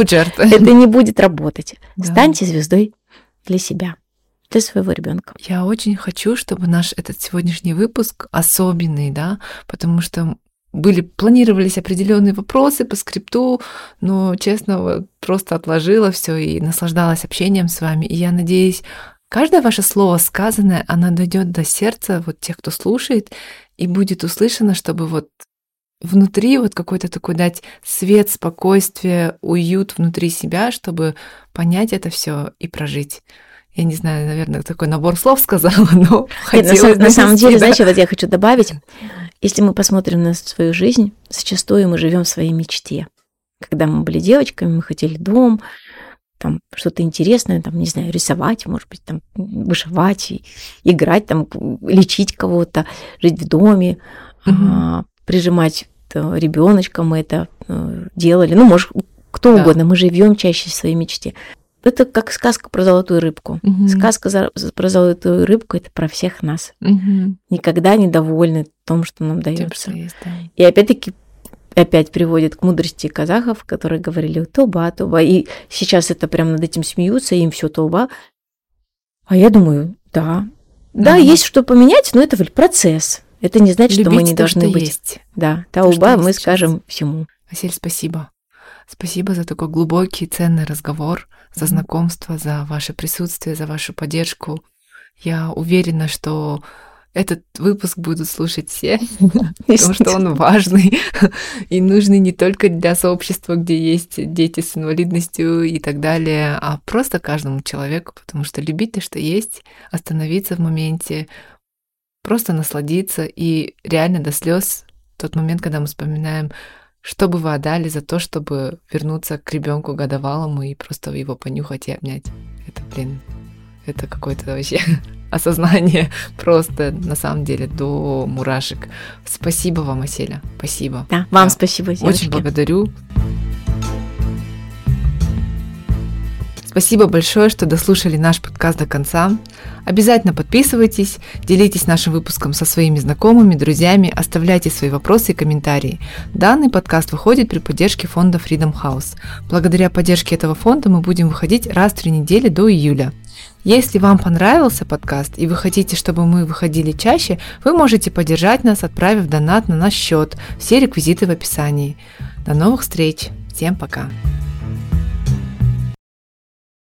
B: не будет работать. Станьте звездой для себя, для своего ребенка.
A: Я очень хочу, чтобы наш этот сегодняшний выпуск особенный, да, потому что планировались определенные вопросы по скрипту, но, честно, вот просто отложила все и наслаждалась общением с вами. И я надеюсь, каждое ваше слово сказанное, оно дойдет до сердца вот тех, кто слушает, и будет услышано, чтобы вот внутри вот какой-то такой дать свет, спокойствие, уют внутри себя, чтобы понять это все и прожить. Я не знаю, наверное, такой набор слов сказала, но хотелось
B: на самом деле, знаете, вот я хочу добавить, если мы посмотрим на свою жизнь, зачастую мы живем в своей мечте. Когда мы были девочками, мы хотели дом, там что-то интересное, там, не знаю, рисовать, может быть, там, вышивать, играть, там, лечить кого-то, жить в доме, прижимать ребеночка, мы это делали. Ну, может, кто угодно, мы живем чаще в своей мечте. Это как сказка про золотую рыбку. Сказка про золотую рыбку – это про всех нас. Никогда не довольны том, что нам дается. И опять-таки, опять приводит к мудрости казахов, которые говорили «тоба, тоба». И сейчас это прям над этим смеются, им все тоба. А я думаю, да, есть что поменять, но это процесс. Это не значит, что мы не должны быть.
A: Есть.
B: Да, тауба мы скажем всему.
A: Асель, спасибо. Спасибо за такой глубокий, ценный разговор, за знакомство, за ваше присутствие, за вашу поддержку. Я уверена, что этот выпуск будут слушать все, потому что он важный и нужный не только для сообщества, где есть дети с инвалидностью и так далее, а просто каждому человеку, потому что любить то, что есть, остановиться в моменте, просто насладиться и реально до слез тот момент, когда мы вспоминаем, что бы вы отдали за то, чтобы вернуться к ребенку годовалому и просто его понюхать и обнять. Это какое-то вообще осознание просто, на самом деле, до мурашек. Спасибо вам, Аселя. Спасибо.
B: Да, вам спасибо, девочки.
A: Очень благодарю. Спасибо большое, что дослушали наш подкаст до конца. Обязательно подписывайтесь, делитесь нашим выпуском со своими знакомыми, друзьями, оставляйте свои вопросы и комментарии. Данный подкаст выходит при поддержке фонда Freedom House. Благодаря поддержке этого фонда мы будем выходить раз в 3 недели до июля. Если вам понравился подкаст и вы хотите, чтобы мы выходили чаще, вы можете поддержать нас, отправив донат на наш счет. Все реквизиты в описании. До новых встреч. Всем пока.